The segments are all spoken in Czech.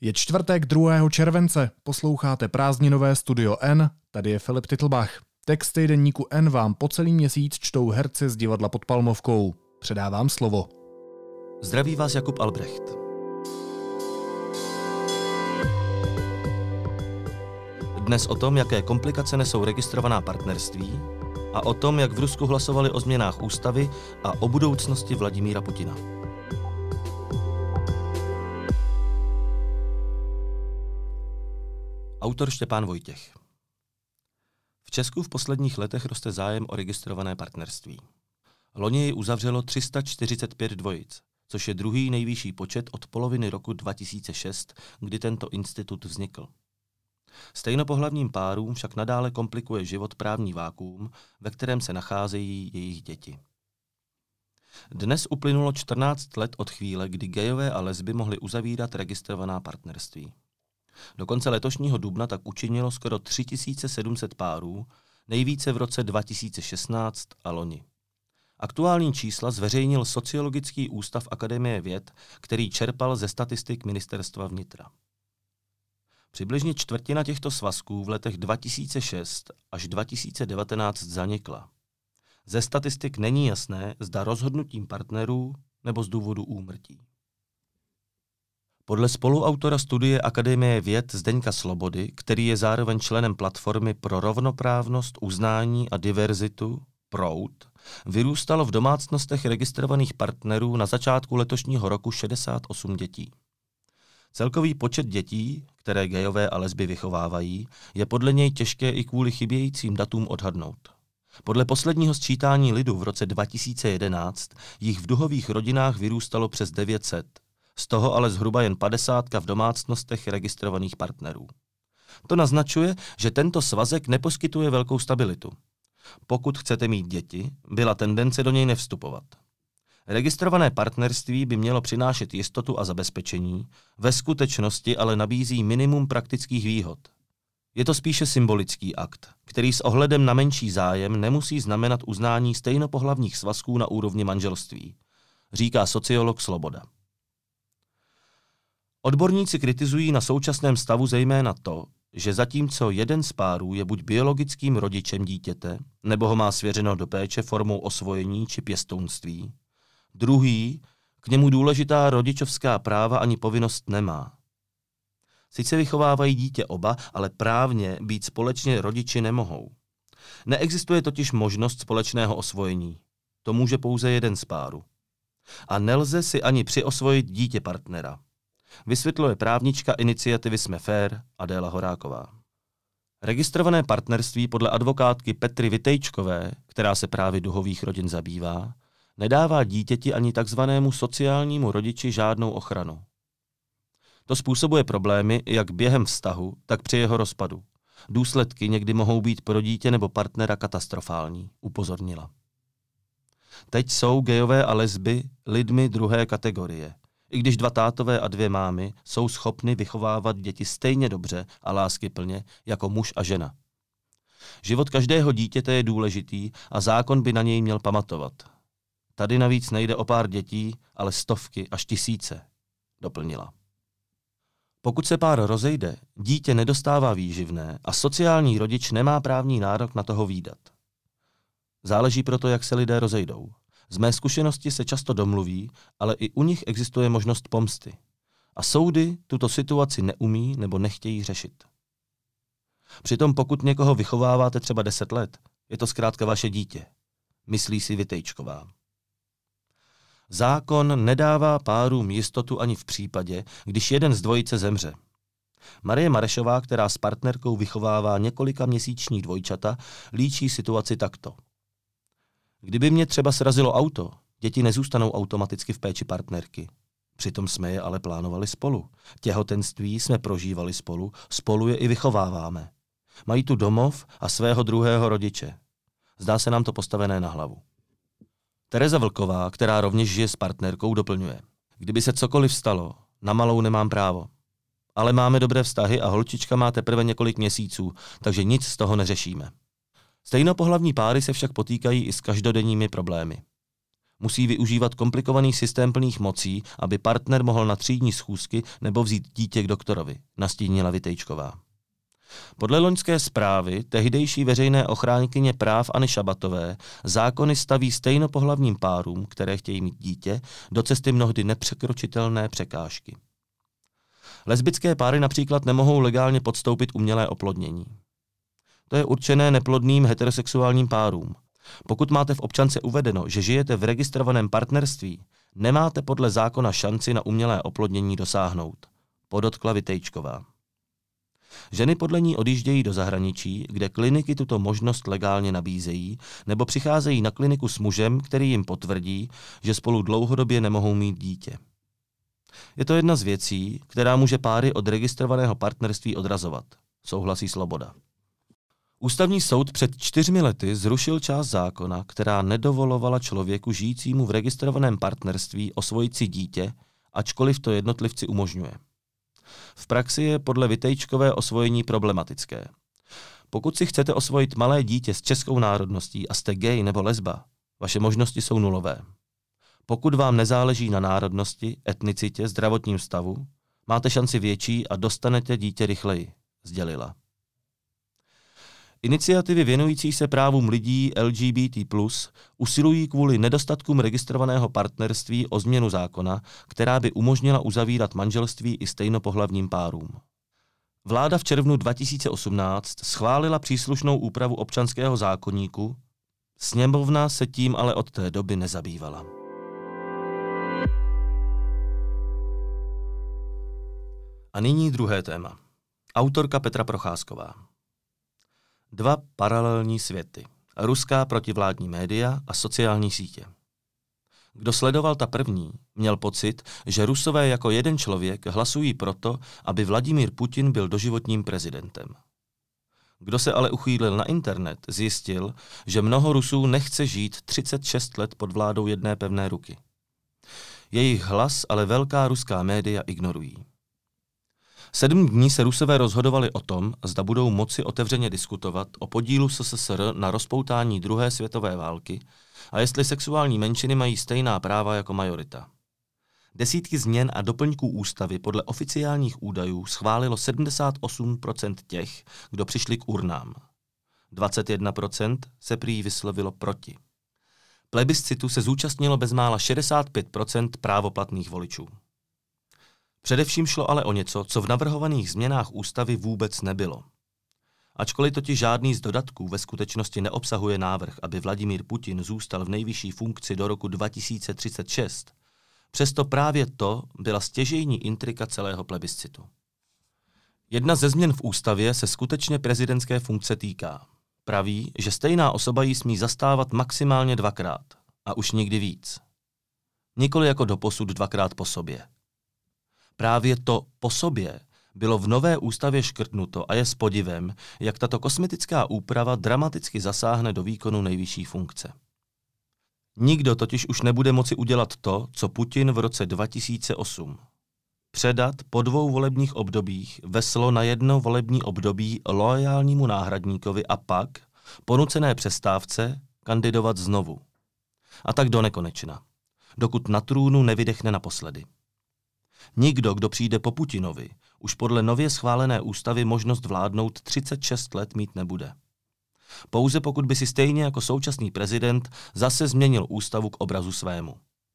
Je čtvrtek 2. července, posloucháte prázdninové Studio N, tady je Filip Titlbach. Texty deníku N vám po celý měsíc čtou herci z divadla Pod Palmovkou. Předávám slovo. Zdraví vás Jakub Albrecht. Dnes o tom, jaké komplikace nesou registrovaná partnerství a o tom, jak v Rusku hlasovali o změnách ústavy a o budoucnosti Vladimíra Putina. Autor Štěpán Vojtěch. V Česku v posledních letech roste zájem o registrované partnerství. Loni jej uzavřelo 345 dvojic, což je druhý nejvyšší počet od poloviny roku 2006, kdy tento institut vznikl. Stejnopohlavním párům však nadále komplikuje život právní vákuum, ve kterém se nacházejí jejich děti. Dnes uplynulo 14 let od chvíle, kdy gayové a lesby mohly uzavírat registrovaná partnerství. Do konce letošního dubna tak učinilo skoro 3700 párů, nejvíce v roce 2016 a loni. Aktuální čísla zveřejnil Sociologický ústav Akademie věd, který čerpal ze statistik Ministerstva vnitra. Přibližně čtvrtina těchto svazků v letech 2006 až 2019 zanikla. Ze statistik není jasné, zda rozhodnutím partnerů nebo z důvodu úmrtí. Podle spoluautora studie Akademie věd Zdeňka Slobody, který je zároveň členem platformy pro rovnoprávnost, uznání a diverzitu Proud, vyrůstalo v domácnostech registrovaných partnerů na začátku letošního roku 68 dětí. Celkový počet dětí, které gayové a lesby vychovávají, je podle něj těžké i kvůli chybějícím datům odhadnout. Podle posledního sčítání lidu v roce 2011 jich v duhových rodinách vyrůstalo přes 900, z toho ale zhruba jen 50 v domácnostech registrovaných partnerů. To naznačuje, že tento svazek neposkytuje velkou stabilitu. Pokud chcete mít děti, byla tendence do něj nevstupovat. Registrované partnerství by mělo přinášet jistotu a zabezpečení, ve skutečnosti ale nabízí minimum praktických výhod. Je to spíše symbolický akt, který s ohledem na menší zájem nemusí znamenat uznání stejnopohlavních svazků na úrovni manželství, říká sociolog Sloboda. Odborníci kritizují na současném stavu zejména to, že zatímco jeden z párů je buď biologickým rodičem dítěte, nebo ho má svěřeno do péče formou osvojení či pěstounství, druhý k němu důležitá rodičovská práva ani povinnost nemá. Sice vychovávají dítě oba, ale právně být společně rodiči nemohou. Neexistuje totiž možnost společného osvojení. To může pouze jeden z páru. A nelze si ani přiosvojit dítě partnera. Vysvětluje právnička iniciativy Jsme fér Adéla Horáková. Registrované partnerství podle advokátky Petry Vitejčkové, která se právě duhových rodin zabývá, nedává dítěti ani takzvanému sociálnímu rodiči žádnou ochranu. To způsobuje problémy jak během vztahu, tak při jeho rozpadu. Důsledky někdy mohou být pro dítě nebo partnera katastrofální, upozornila. Teď jsou gayové a lesby lidmi druhé kategorie, i když dva tátové a dvě mámy jsou schopny vychovávat děti stejně dobře a láskyplně jako muž a žena. Život každého dítěte je důležitý a zákon by na něj měl pamatovat. Tady navíc nejde o pár dětí, ale stovky až tisíce, doplnila. Pokud se pár rozejde, dítě nedostává výživné a sociální rodič nemá právní nárok na toho vídat. Záleží proto, jak se lidé rozejdou. Z mé zkušenosti se často domluví, ale i u nich existuje možnost pomsty. A soudy tuto situaci neumí nebo nechtějí řešit. Přitom pokud někoho vychováváte třeba 10 let, je to zkrátka vaše dítě, myslí si Vitejčková. Zákon nedává párům jistotu ani v případě, když jeden z dvojice zemře. Marie Marešová, která s partnerkou vychovává několika měsíční dvojčata, líčí situaci takto. Kdyby mě třeba srazilo auto, děti nezůstanou automaticky v péči partnerky. Přitom jsme je ale plánovali spolu. Těhotenství jsme prožívali spolu, spolu je i vychováváme. Mají tu domov a svého druhého rodiče. Zdá se nám to postavené na hlavu. Tereza Vlková, která rovněž žije s partnerkou, doplňuje. Kdyby se cokoliv stalo, na malou nemám právo. Ale máme dobré vztahy a holčička má teprve několik měsíců, takže nic z toho neřešíme. Stejnopohlavní páry se však potýkají i s každodenními problémy. Musí využívat komplikovaný systém plných mocí, aby partner mohl na třídní schůzky nebo vzít dítě k doktorovi, nastínila Vitejčková. Podle loňské zprávy tehdejší veřejné ochránkyně práv Anny Šabatové zákony staví stejnopohlavním párům, které chtějí mít dítě, do cesty mnohdy nepřekročitelné překážky. Lesbické páry například nemohou legálně podstoupit umělé oplodnění. To je určené neplodným heterosexuálním párům. Pokud máte v občance uvedeno, že žijete v registrovaném partnerství, nemáte podle zákona šanci na umělé oplodnění dosáhnout, podotkla Vitejčková. Ženy podle ní odjíždějí do zahraničí, kde kliniky tuto možnost legálně nabízejí, nebo přicházejí na kliniku s mužem, který jim potvrdí, že spolu dlouhodobě nemohou mít dítě. Je to jedna z věcí, která může páry od registrovaného partnerství odrazovat, souhlasí Sloboda. Ústavní soud před 4 lety zrušil část zákona, která nedovolovala člověku žijícímu v registrovaném partnerství osvojit si dítě, ačkoliv to jednotlivci umožňuje. V praxi je podle Vitejčkové osvojení problematické. Pokud si chcete osvojit malé dítě s českou národností a jste gay nebo lesba, vaše možnosti jsou nulové. Pokud vám nezáleží na národnosti, etnicitě, zdravotním stavu, máte šanci větší a dostanete dítě rychleji, sdělila. Iniciativy věnující se právům lidí LGBT+, usilují kvůli nedostatkům registrovaného partnerství o změnu zákona, která by umožnila uzavírat manželství i stejnopohlavním párům. Vláda v červnu 2018 schválila příslušnou úpravu občanského zákoníku, sněmovna se tím ale od té doby nezabývala. A nyní druhé téma. Autorka Petra Procházková. 2 paralelní světy. Ruská protivládní média a sociální sítě. Kdo sledoval ta první, měl pocit, že Rusové jako jeden člověk hlasují proto, aby Vladimír Putin byl doživotním prezidentem. Kdo se ale uchýlil na internet, zjistil, že mnoho Rusů nechce žít 36 let pod vládou jedné pevné ruky. Jejich hlas ale velká ruská média ignorují. 7 dní se Rusové rozhodovali o tom, zda budou moci otevřeně diskutovat o podílu SSSR na rozpoutání druhé světové války a jestli sexuální menšiny mají stejná práva jako majorita. Desítky změn a doplňků ústavy podle oficiálních údajů schválilo 78% těch, kdo přišli k urnám. 21% se prý vyslovilo proti. Plebiscitu se zúčastnilo bezmála 65% právoplatných voličů. Především šlo ale o něco, co v navrhovaných změnách ústavy vůbec nebylo. Ačkoliv totiž žádný z dodatků ve skutečnosti neobsahuje návrh, aby Vladimír Putin zůstal v nejvyšší funkci do roku 2036, přesto právě to byla stěžejní intrika celého plebiscitu. Jedna ze změn v ústavě se skutečně prezidentské funkce týká. Praví, že stejná osoba ji smí zastávat maximálně 2krát a už nikdy víc. Nikoli jako doposud 2krát po sobě. Právě to po sobě bylo v nové ústavě škrtnuto a je s podivem, jak tato kosmetická úprava dramaticky zasáhne do výkonu nejvyšší funkce. Nikdo totiž už nebude moci udělat to, co Putin v roce 2008. Předat po 2 volebních obdobích veslo na 1 volební období loajálnímu náhradníkovi a pak, po nucené přestávce, kandidovat znovu. A tak do nekonečna, dokud na trůnu nevydechne naposledy. Nikdo, kdo přijde po Putinovi, už podle nově schválené ústavy možnost vládnout 36 let mít nebude. Pouze pokud by si stejně jako současný prezident zase změnil ústavu k obrazu svému.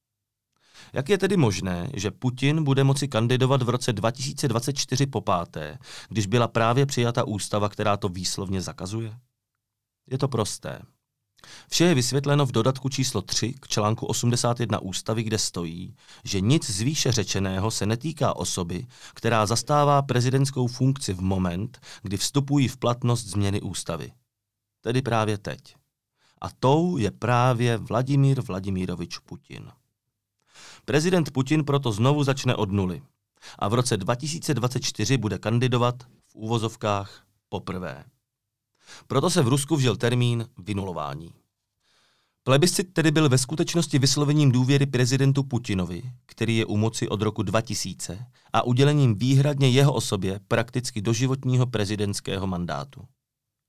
Jak je tedy možné, že Putin bude moci kandidovat v roce 2024 popáté, když byla právě přijata ústava, která to výslovně zakazuje? Je to prosté. Vše je vysvětleno v dodatku číslo 3 k článku 81 ústavy, kde stojí, že nic z výše řečeného se netýká osoby, která zastává prezidentskou funkci v moment, kdy vstupují v platnost změny ústavy. Tedy právě teď. A tou je právě Vladimír Vladimirovič Putin. Prezident Putin proto znovu začne od nuly a v roce 2024 bude kandidovat v uvozovkách poprvé. Proto se v Rusku vžil termín vynulování. Plebiscit tedy byl ve skutečnosti vyslovením důvěry prezidentu Putinovi, který je u moci od roku 2000, a udělením výhradně jeho osobě prakticky doživotního prezidentského mandátu.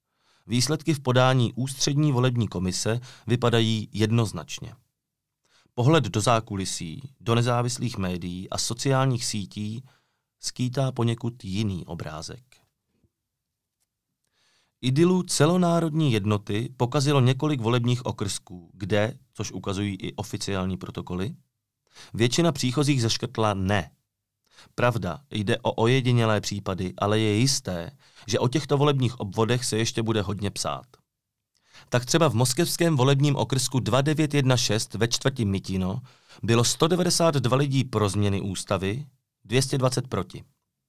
Výsledky v podání Ústřední volební komise vypadají jednoznačně. Pohled do zákulisí, do nezávislých médií a sociálních sítí skýtá poněkud jiný obrázek. Idylu celonárodní jednoty pokazilo několik volebních okrsků, kde, což ukazují i oficiální protokoly, většina příchozích zaškrtla ne. Pravda, jde o ojedinělé případy, ale je jisté, že o těchto volebních obvodech se ještě bude hodně psát. Tak třeba v moskevském volebním okrsku 2916 ve čtvrti Mytino bylo 192 lidí pro změny ústavy, 220 proti.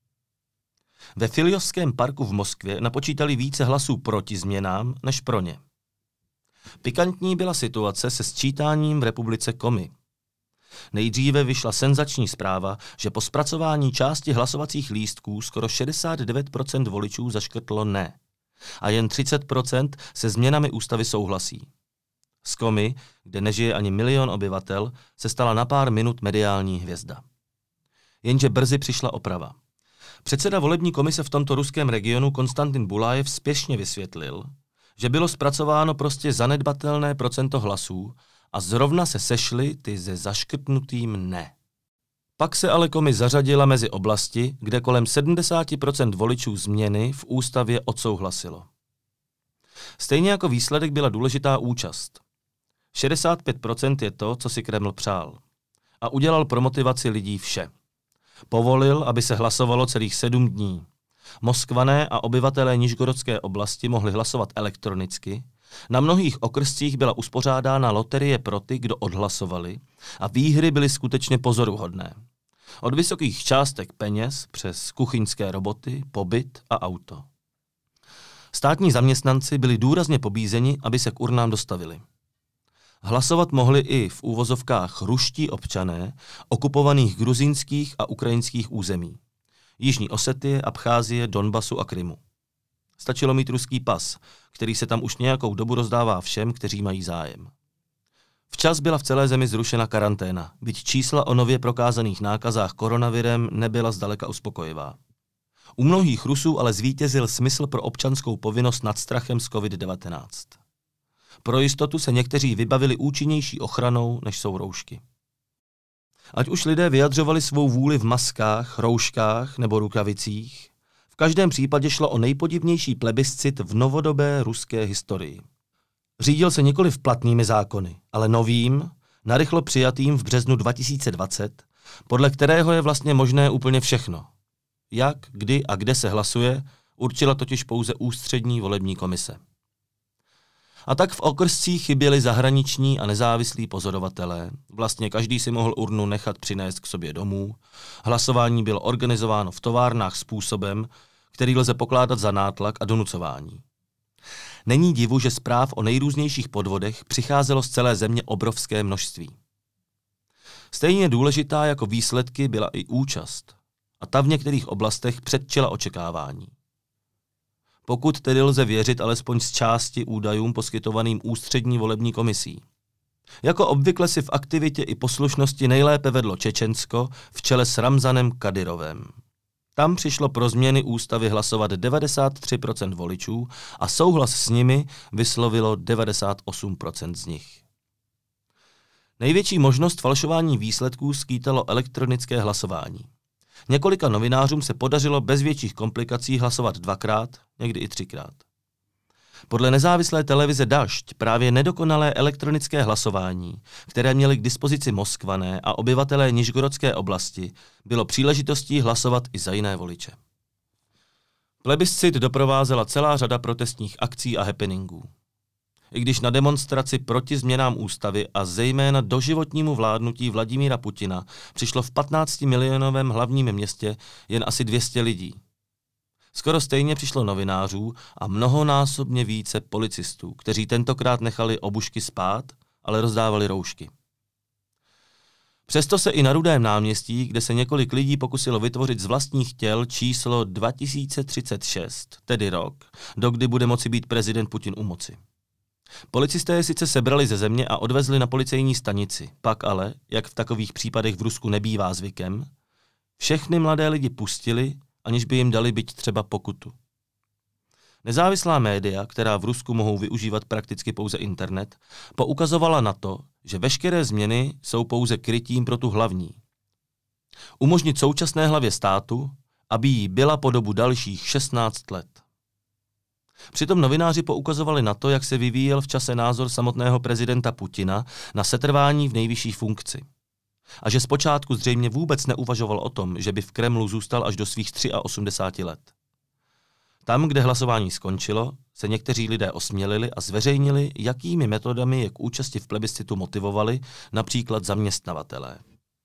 Ve Filjovském parku v Moskvě napočítali více hlasů proti změnám než pro ně. Pikantní byla situace se sčítáním v republice Komi. Nejdříve vyšla senzační zpráva, že po zpracování části hlasovacích lístků skoro 69% voličů zaškrtlo ne a jen 30% se změnami ústavy souhlasí. Z Komi, kde nežije ani milion obyvatel, se stala na pár minut mediální hvězda. Jenže brzy přišla oprava. Předseda volební komise v tomto ruském regionu Konstantin Bulajev spěšně vysvětlil, že bylo zpracováno prostě zanedbatelné procento hlasů a zrovna se sešly ty se zaškrtnutým ne. Pak se ale Komi zařadila mezi oblasti, kde kolem 70% voličů změny v ústavě odsouhlasilo. Stejně jako výsledek byla důležitá účast. 65% je to, co si Kreml přál. A udělal pro motivaci lidí vše. Povolil, aby se hlasovalo celých 7 dní. Moskvané a obyvatelé Nižgorodské oblasti mohli hlasovat elektronicky, na mnohých okrscích byla uspořádána loterie pro ty, kdo odhlasovali, a výhry byly skutečně pozoruhodné. Od vysokých částek peněz přes kuchyňské roboty, pobyt a auto. Státní zaměstnanci byli důrazně pobízeni, aby se k urnám dostavili. Hlasovat mohli i v úvozovkách ruští občané okupovaných gruzínských a ukrajinských území. Jižní Osetie, Abcházie, Donbasu a Krymu. Stačilo mít ruský pas, který se tam už nějakou dobu rozdává všem, kteří mají zájem. Včas byla v celé zemi zrušena karanténa, byť čísla o nově prokázaných nákazách koronavirem nebyla zdaleka uspokojivá. U mnohých Rusů ale zvítězil smysl pro občanskou povinnost nad strachem z COVID-19. Pro jistotu se někteří vybavili účinnější ochranou, než jsou roušky. Ať už lidé vyjadřovali svou vůli v maskách, rouškách nebo rukavicích, v každém případě šlo o nejpodivnější plebiscit v novodobé ruské historii. Řídil se nikoliv platnými zákony, ale novým, narychlo přijatým v březnu 2020, podle kterého je vlastně možné úplně všechno. Jak, kdy a kde se hlasuje, určila totiž pouze ústřední volební komise. A tak v okrscích chyběli zahraniční a nezávislí pozorovatelé. Vlastně každý si mohl urnu nechat přinést k sobě domů. Hlasování bylo organizováno v továrnách způsobem, který lze pokládat za nátlak a donucování. Není divu, že zpráv o nejrůznějších podvodech přicházelo z celé země obrovské množství. Stejně důležitá jako výsledky byla i účast. A ta v některých oblastech předčila očekávání. Pokud tedy lze věřit alespoň z části údajům poskytovaným ústřední volební komisí. Jako obvykle si v aktivitě i poslušnosti nejlépe vedlo Čečensko v čele s Ramzanem Kadyrovem. Tam přišlo pro změny ústavy hlasovat 93% voličů a souhlas s nimi vyslovilo 98% z nich. Největší možnost falšování výsledků skýtalo elektronické hlasování. Několika novinářům se podařilo bez větších komplikací hlasovat 2krát, někdy i 3krát. Podle nezávislé televize Dašť právě nedokonalé elektronické hlasování, které měli k dispozici Moskvané a obyvatelé Nižgorodské oblasti, bylo příležitostí hlasovat i za jiné voliče. Plebiscit doprovázela celá řada protestních akcí a happeningů. I když na demonstraci proti změnám ústavy a zejména doživotnímu vládnutí Vladimíra Putina přišlo v 15milionovém hlavním městě jen asi 200 lidí. Skoro stejně přišlo novinářů a mnohonásobně více policistů, kteří tentokrát nechali obušky spát, ale rozdávali roušky. Přesto se i na Rudém náměstí, kde se několik lidí pokusilo vytvořit z vlastních těl číslo 2036, tedy rok, dokdy bude moci být prezident Putin u moci. Policisté je sice sebrali ze země a odvezli na policejní stanici, pak ale, jak v takových případech v Rusku nebývá zvykem, všechny mladé lidi pustili, aniž by jim dali byť třeba pokutu. Nezávislá média, která v Rusku mohou využívat prakticky pouze internet, poukazovala na to, že veškeré změny jsou pouze krytím pro tu hlavní. Umožnit současné hlavě státu, aby jí byla po dobu dalších 16 let. Přitom novináři poukazovali na to, jak se vyvíjel v čase názor samotného prezidenta Putina na setrvání v nejvyšší funkci. A že zpočátku zřejmě vůbec neuvažoval o tom, že by v Kremlu zůstal až do svých 83 let. Tam, kde hlasování skončilo, se někteří lidé osmělili a zveřejnili, jakými metodami je k účasti v plebiscitu motivovali, například zaměstnavatelé.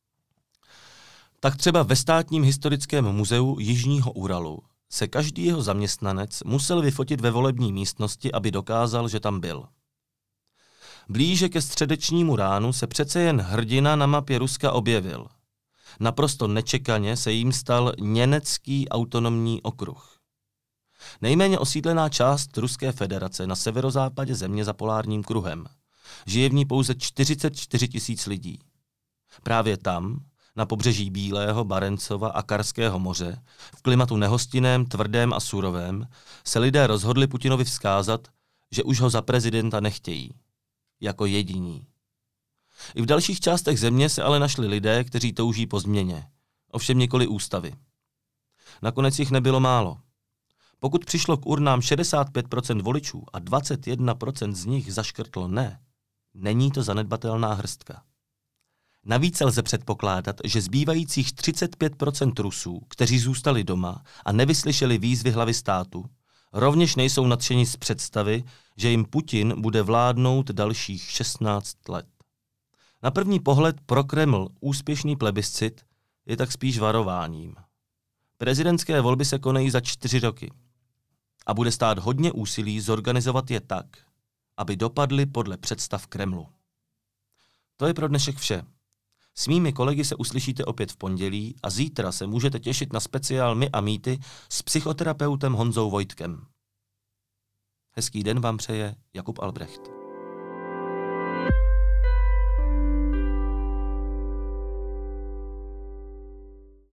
Tak třeba ve Státním historickém muzeu Jižního Uralu se každý jeho zaměstnanec musel vyfotit ve volební místnosti, aby dokázal, že tam byl. Blíže ke středečnímu ránu se přece jen hrdina na mapě Ruska objevil. Naprosto nečekaně se jím stal Německý autonomní okruh. Nejméně osídlená část Ruské federace na severozápadě země za polárním kruhem. Žije v ní pouze 44 000 lidí. Právě tam, na pobřeží Bílého, Barencova a Karského moře, v klimatu nehostinném, tvrdém a surovém, se lidé rozhodli Putinovi vzkázat, že už ho za prezidenta nechtějí. Jako jediní. I v dalších částech země se ale našli lidé, kteří touží po změně. Ovšem nikoli ústavy. Nakonec jich nebylo málo. Pokud přišlo k urnám 65% voličů a 21% z nich zaškrtlo ne, není to zanedbatelná hrstka. Navíc lze předpokládat, že zbývajících 35% Rusů, kteří zůstali doma a nevyslyšeli výzvy hlavy státu, rovněž nejsou nadšeni z představy, že jim Putin bude vládnout dalších 16 let. Na první pohled pro Kreml úspěšný plebiscit je tak spíš varováním. Prezidentské volby se konají za 4 roky a bude stát hodně úsilí zorganizovat je tak, aby dopadly podle představ Kremlu. To je pro dnešek vše. S mými kolegy se uslyšíte opět v pondělí a zítra se můžete těšit na speciál My a mýty s psychoterapeutem Honzou Vojtkem. Hezký den vám přeje Jakub Albrecht.